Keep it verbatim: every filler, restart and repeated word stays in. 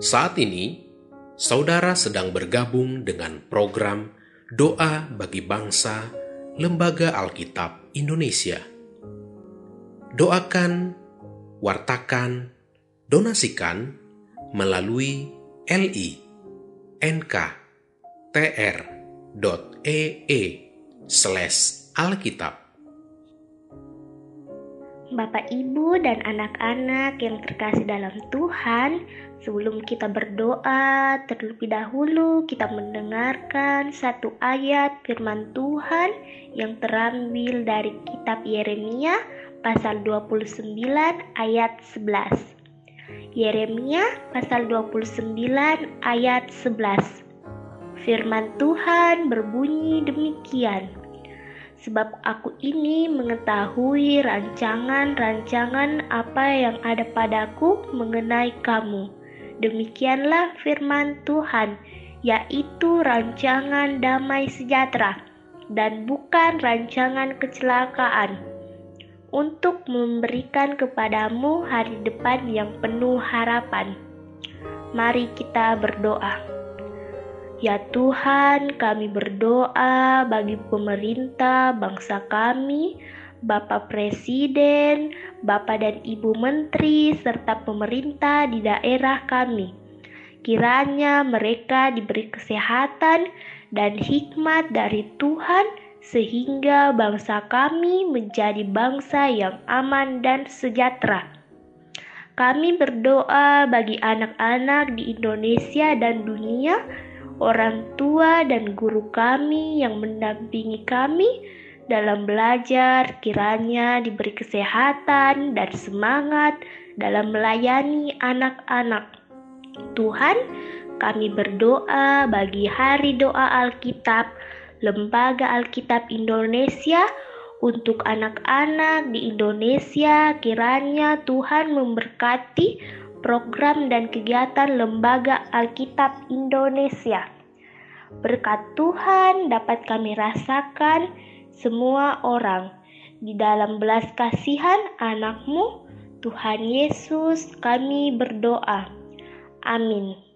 Saat ini, saudara sedang bergabung dengan program Doa bagi Bangsa Lembaga Alkitab Indonesia. Doakan, wartakan, donasikan melalui li.nk.tr.ee slash alkitab. Bapak, Ibu, dan anak-anak yang terkasih dalam Tuhan, sebelum kita berdoa, terlebih dahulu kita mendengarkan satu ayat firman Tuhan yang terambil dari kitab Yeremia pasal dua puluh sembilan ayat sebelas. Yeremia pasal dua puluh sembilan ayat sebelas. Firman Tuhan berbunyi demikian. Sebab aku ini mengetahui rancangan-rancangan apa yang ada padaku mengenai kamu. Demikianlah firman Tuhan, yaitu rancangan damai sejahtera dan bukan rancangan kecelakaan, untuk memberikan kepadamu hari depan yang penuh harapan. Mari kita berdoa. Ya Tuhan, kami berdoa bagi pemerintah bangsa kami, Bapak Presiden, Bapak dan Ibu Menteri, serta pemerintah di daerah kami. Kiranya mereka diberi kesehatan dan hikmat dari Tuhan, sehingga bangsa kami menjadi bangsa yang aman dan sejahtera. Kami berdoa bagi anak-anak di Indonesia dan dunia, orang tua dan guru kami yang mendampingi kami dalam belajar, kiranya diberi kesehatan dan semangat dalam melayani anak-anak. Tuhan, kami berdoa bagi Hari Doa Alkitab, Lembaga Alkitab Indonesia, untuk anak-anak di Indonesia. Kiranya Tuhan memberkati program dan kegiatan Lembaga Alkitab Indonesia. Berkat Tuhan dapat kami rasakan semua orang. Di dalam belas kasihan anak-Mu, Tuhan Yesus, kami berdoa. Amin.